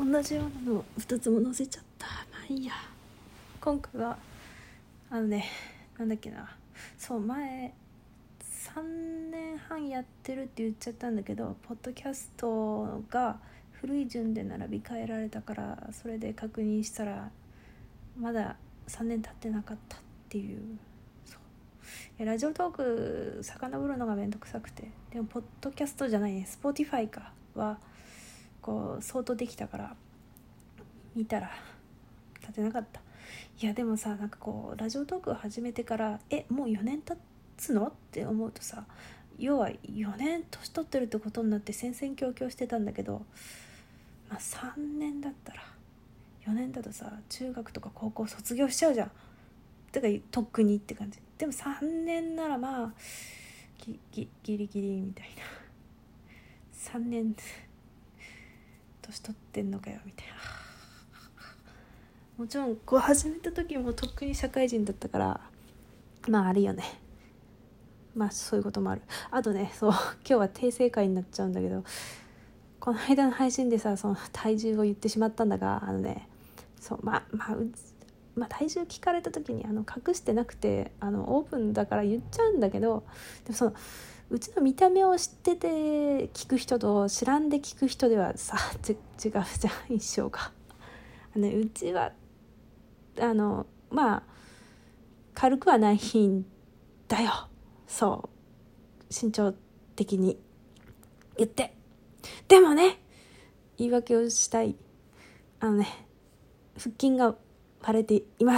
同じようなの2つも載せちゃった。まあいいや。今回はなんだっけな、そう、前3年半やってるって言っちゃったんだけど、ポッドキャストが古い順で並び替えられたから、それで確認したらまだ3年経ってなかったっていう。そう、ラジオトーク遡るのがめんどくさくて、でもポッドキャストじゃないね、Spotifyかはこう相当できたから見たら立てなかった。いやでもさ、なんかこうラジオトークを始めてからもう4年経つのって思うとさ、要は4年年取ってるってことになって戦々恐々してたんだけど、まあ3年だったら、4年だとさ中学とか高校卒業しちゃうじゃん。てかとっくにって感じ。でも3年ならまあギリギリみたいな。3年年取ってんのかよみたいな。もちろんこう始めた時もとっくに社会人だったから、まああるよね。まあそういうこともある。あとね、そう今日は訂正会になっちゃうんだけど、この間の配信でさ、その体重を言ってしまったんだが、そうまあ体重聞かれた時に隠してなくてオープンだから言っちゃうんだけど、でもうちの見た目を知ってて聞く人と知らんで聞く人ではさ違うじゃん、印象が。うちはまあ軽くはないんだよ。そう身長的に言って、でもね、言い訳をしたい。腹筋が割れています。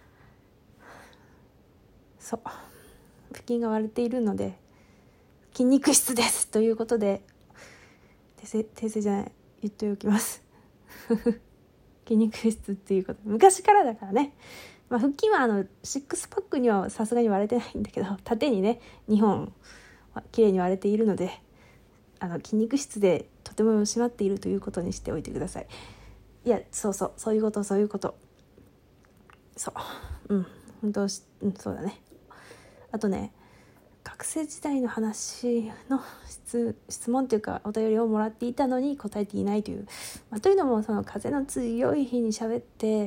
そう、腹筋が割れているので筋肉質ですということで、訂正じゃない、言っておきます筋肉質っていうこと、昔からだからね。まあ、腹筋はシックスパックにはさすがに割れてないんだけど、縦にね2本綺麗に割れているので、筋肉質でとても締まっているということにしておいてください。いやそういうこと、本当、そうだね。あとね、学生時代の話の質問というかお便りをもらっていたのに答えていないという、というのもその風の強い日に喋って、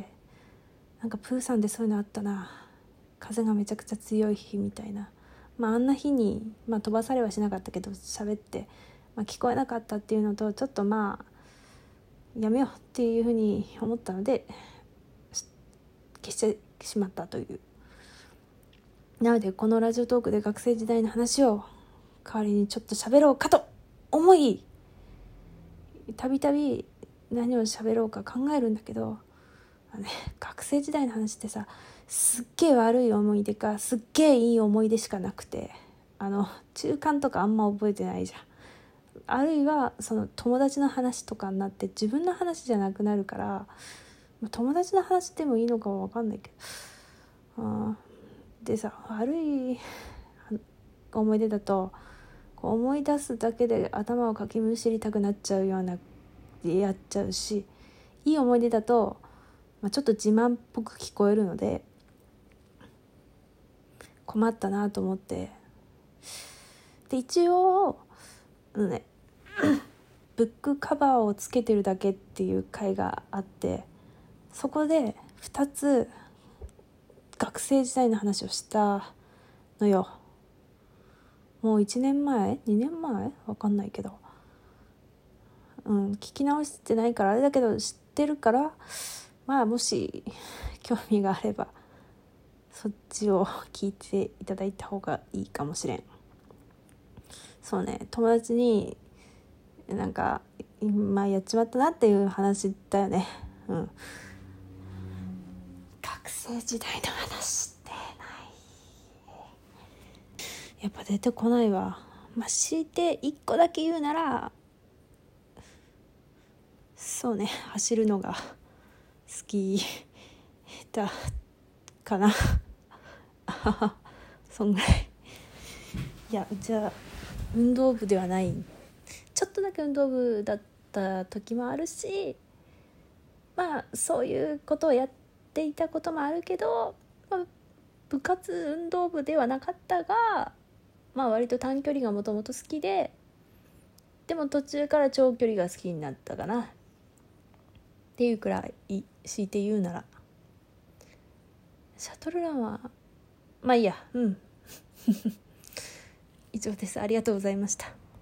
なんかプーさんでそういうのあったな、風がめちゃくちゃ強い日みたいな。あんな日に、飛ばされはしなかったけど喋って、聞こえなかったっていうのと、ちょっとやめようっていうふうに思ったので消してしまったという。なのでこのラジオトークで学生時代の話を代わりにちょっと喋ろうかと思い、たびたび何を喋ろうか考えるんだけど、学生時代の話ってさ、すっげえ悪い思い出かすっげえいい思い出しかなくて、中間とかあんま覚えてないじゃん。あるいはその友達の話とかになって自分の話じゃなくなるから、友達の話でもいいのかは分かんないけど、でさ、悪い思い出だとこう思い出すだけで頭をかきむしりたくなっちゃうようなやっちゃうし、いい思い出だと、ちょっと自慢っぽく聞こえるので困ったなと思って、で一応ブックカバーをつけてるだけっていう回があって、そこで2つ学生時代の話をしたのよ。もう1年前2年前わかんないけど、聞き直してないからあれだけど知ってるから、もし興味があればそっちを聞いていただいた方がいいかもしれん。そうね、友達になんか今やっちまったなっていう話だよね。学生時代の話ってやっぱ出てこないわ。強いて1個だけ言うなら、そうね、走るのが好きだかなそんぐらい。いや、じゃあ運動部ではない、ちょっとだけ運動部だった時もあるし、そういうことをやっていたこともあるけど、部活運動部ではなかったが、割と短距離がもともと好きで、でも途中から長距離が好きになったかな。 っていうくらい強いて言うならシャトルランはまあいいや以上です。ありがとうございました。